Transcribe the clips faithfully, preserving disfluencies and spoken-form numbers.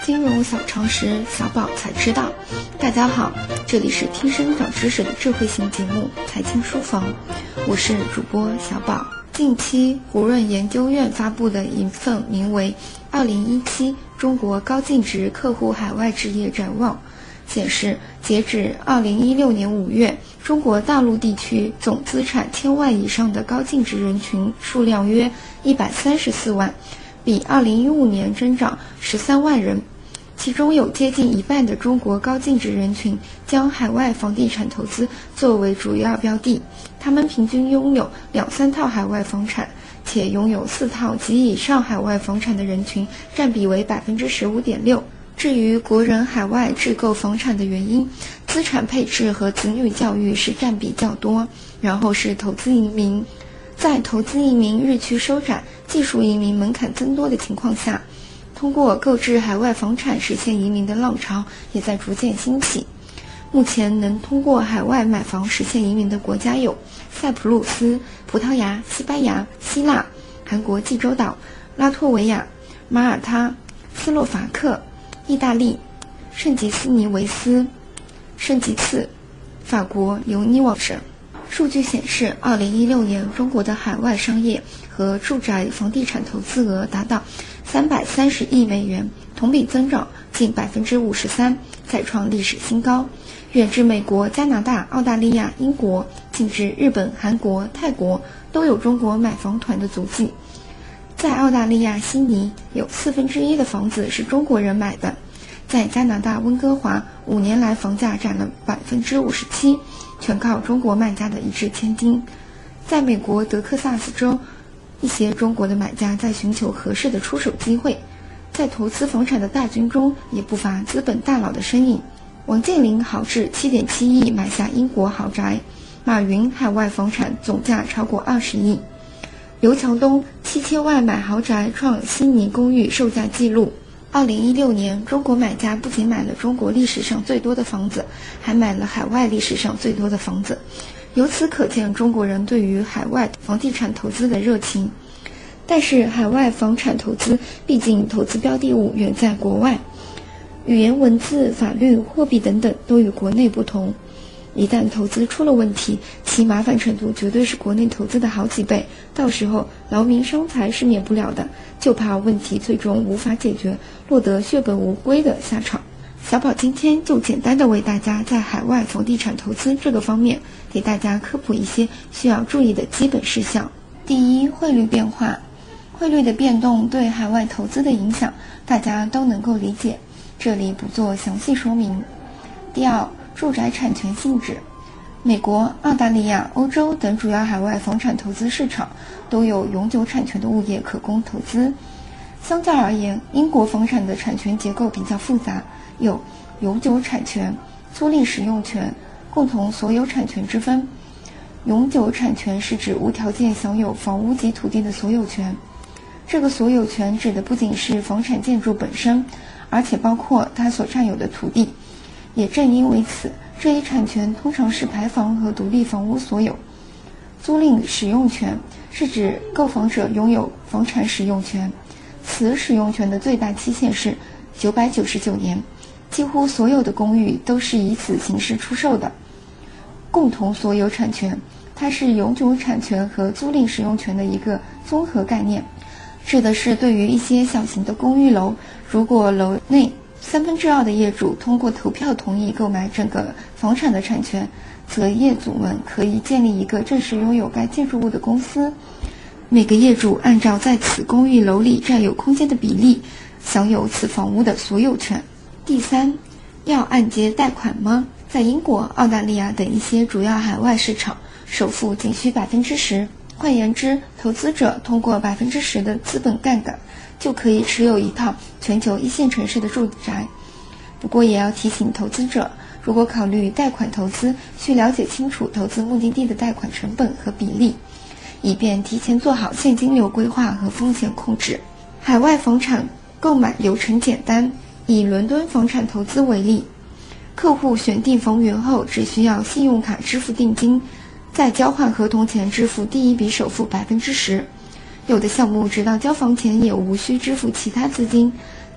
金融小常识，小宝才知道。大家好，这里是听声长知识的智慧型节目《财经书房》，我是主播小宝。近期，胡润研究院发布的一份名为《二零一七中国高净值客户海外置业展望》显示，截止二零一六年五月，中国大陆地区总资产千万以上的高净值人群数量约一百三十四万，比二零一五年增长十三万人。其中有接近一半的中国高净值人群将海外房地产投资作为主要标的，他们平均拥有两三套海外房产，且拥有四套及以上海外房产的人群占比为百分之十五点六。至于国人海外置购房产的原因，资产配置和子女教育是占比较多，然后是投资移民。在投资移民日趋收窄、技术移民门槛增多的情况下，通过购置海外房产实现移民的浪潮也在逐渐兴起。目前能通过海外买房实现移民的国家有塞浦路斯、葡萄牙、西班牙、希腊、韩国济州岛、拉脱维亚、马耳他、斯洛伐克、意大利、圣吉斯尼维斯、圣吉次、法国尤尼沃省。数据显示，二零一六年中国的海外商业和住宅房地产投资额达到三百三十亿美元，同比增长近百分之五十三，再创历史新高。远至美国、加拿大、澳大利亚、英国，近至日本、韩国、泰国，都有中国买房团的足迹。在澳大利亚悉尼，有四分之一的房子是中国人买的。在加拿大温哥华，五年来房价涨了百分之五十七，全靠中国卖家的一掷千金。在美国德克萨斯州，一些中国的买家在寻求合适的出手机会。在投资房产的大军中，也不乏资本大佬的身影。王健林豪掷 七点七亿买下英国豪宅，马云海外房产总价超过二十亿，刘强东七千万买豪宅创悉尼公寓售价纪录。二零一六年，中国买家不仅买了中国历史上最多的房子，还买了海外历史上最多的房子。由此可见，中国人对于海外房地产投资的热情。但是，海外房产投资毕竟投资标的物远在国外，语言文字、法律、货币等等都与国内不同。一旦投资出了问题，其麻烦程度绝对是国内投资的好几倍，到时候劳民伤财是免不了的，就怕问题最终无法解决，落得血本无归的下场。小宝今天就简单的为大家在海外房地产投资这个方面给大家科普一些需要注意的基本事项。第一，汇率变化。汇率的变动对海外投资的影响大家都能够理解，这里不做详细说明。第二，住宅产权性质。美国、澳大利亚、欧洲等主要海外房产投资市场都有永久产权的物业可供投资。相较而言，英国房产的产权结构比较复杂，有永久产权、租赁使用权、共同所有产权之分。永久产权是指无条件享有房屋及土地的所有权，这个所有权指的不仅是房产建筑本身，而且包括它所占有的土地。也正因为此，这一产权通常是排房和独立房屋所有。租赁使用权是指购房者拥有房产使用权，此使用权的最大期限是九百九十九年，几乎所有的公寓都是以此形式出售的。共同所有产权，它是永久产权和租赁使用权的一个综合概念，指的是对于一些小型的公寓楼，如果楼内三分之二的业主通过投票同意购买整个房产的产权，则业主们可以建立一个正式拥有该建筑物的公司，每个业主按照在此公寓楼里占有空间的比例，享有此房屋的所有权。第三，要按揭贷款吗？在英国、澳大利亚等一些主要海外市场，首付仅需百分之十。换言之，投资者通过百分之十的资本杠杆，就可以持有一套全球一线城市的住宅。不过也要提醒投资者，如果考虑贷款投资，需了解清楚投资目的地的贷款成本和比例，以便提前做好现金流规划和风险控制。海外房产购买流程简单，以伦敦房产投资为例，客户选定房源后，只需要信用卡支付定金，在交换合同前支付第一笔首付百分之十。有的项目直到交房前也无需支付其他资金，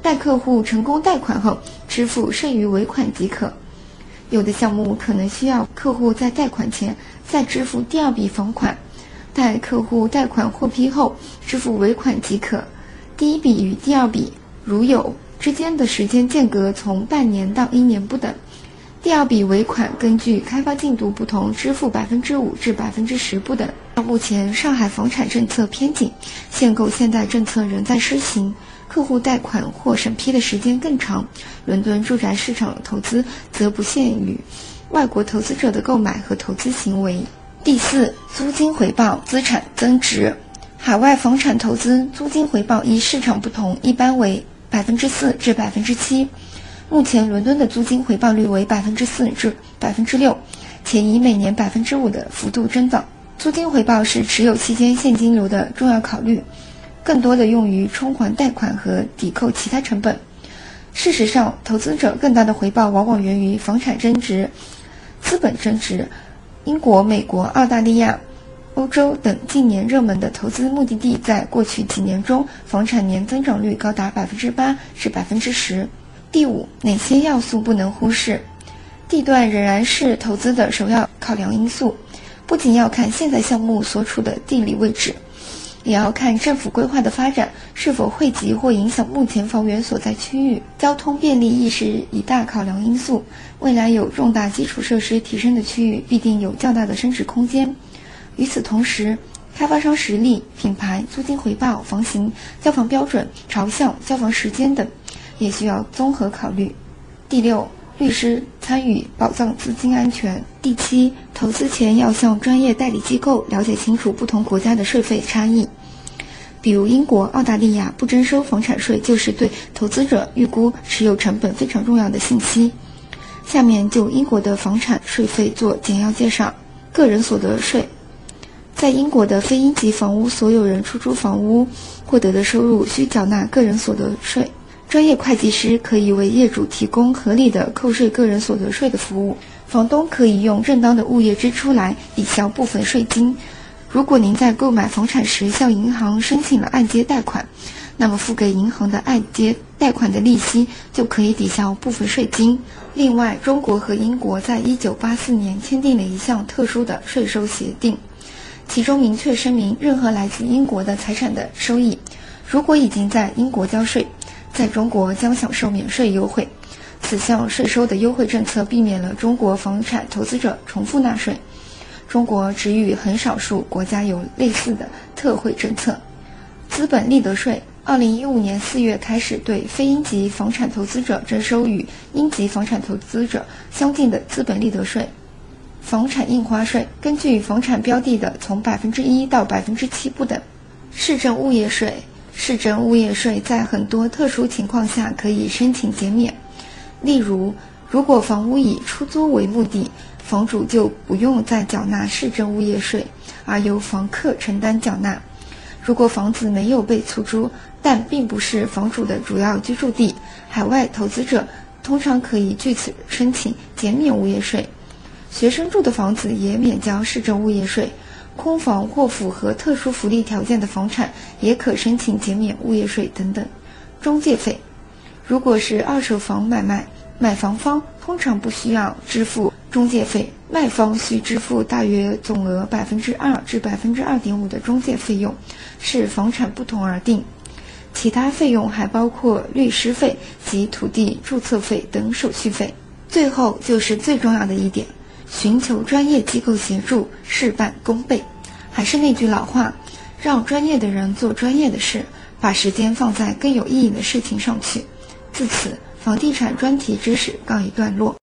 待客户成功贷款后，支付剩余尾款即可。有的项目可能需要客户在贷款前再支付第二笔房款，待客户贷款获批后支付尾款即可。第一笔与第二笔如有之间的时间间隔从半年到一年不等，第二笔尾款根据开发进度不同支付百分之五至百分之十不等。目前上海房产政策偏紧，限购限贷政策仍在施行，客户贷款或审批的时间更长。伦敦住宅市场投资则不限于外国投资者的购买和投资行为。第四，租金回报资产增值。海外房产投资租金回报依市场不同，一般为百分之四至百分之七。目前伦敦的租金回报率为百分之四至百分之六，且以每年百分之五的幅度增长。租金回报是持有期间现金流的重要考虑，更多的用于冲还贷款和抵扣其他成本。事实上，投资者更大的回报往往源于房产增值、资本增值。英国、美国、澳大利亚、欧洲等近年热门的投资目的地，在过去几年中，房产年增长率高达百分之八至百分之十。第五，哪些要素不能忽视？地段仍然是投资的首要考量因素，不仅要看现在项目所处的地理位置，也要看政府规划的发展是否惠及或影响目前房源所在区域。交通便利亦是一大考量因素，未来有重大基础设施提升的区域，必定有较大的升值空间。与此同时，开发商实力、品牌、租金回报、房型、交房标准、朝向、交房时间等也需要综合考虑。第六，律师参与保障资金安全。第七，投资前要向专业代理机构了解清楚不同国家的税费差异，比如英国、澳大利亚不征收房产税，就是对投资者预估持有成本非常重要的信息。下面就英国的房产税费做简要介绍。个人所得税，在英国的非一级房屋所有人出租房屋获得的收入需缴纳个人所得税。专业会计师可以为业主提供合理的扣税个人所得税的服务。房东可以用正当的物业支出来抵消部分税金。如果您在购买房产时向银行申请了按揭贷款，那么付给银行的按揭贷款的利息就可以抵消部分税金。另外，中国和英国在一九八四年签订了一项特殊的税收协定，其中明确声明，任何来自英国的财产的收益，如果已经在英国交税，在中国将享受免税优惠。此项税收的优惠政策避免了中国房产投资者重复纳税。中国只与很少数国家有类似的特惠政策。资本利得税，二零一五年四月开始对非英级房产投资者征收与英级房产投资者相近的资本利得税。房产印花税，根据房产标的的从百分之一到百分之七不等。市政物业税，市政物业税在很多特殊情况下可以申请减免，例如，如果房屋以出租为目的，房主就不用再缴纳市政物业税，而由房客承担缴纳。如果房子没有被出租，但并不是房主的主要居住地，海外投资者通常可以据此申请减免物业税。学生住的房子也免交市政物业税。空房或符合特殊福利条件的房产也可申请减免物业税等等。中介费，如果是二手房买卖，买房方通常不需要支付中介费，卖方需支付大约总额百分之二至百分之二点五的中介费用，视房产不同而定。其他费用还包括律师费及土地注册费等手续费。最后就是最重要的一点，寻求专业机构协助，事半功倍。还是那句老话，让专业的人做专业的事，把时间放在更有意义的事情上去。自此，房地产专题知识告一段落。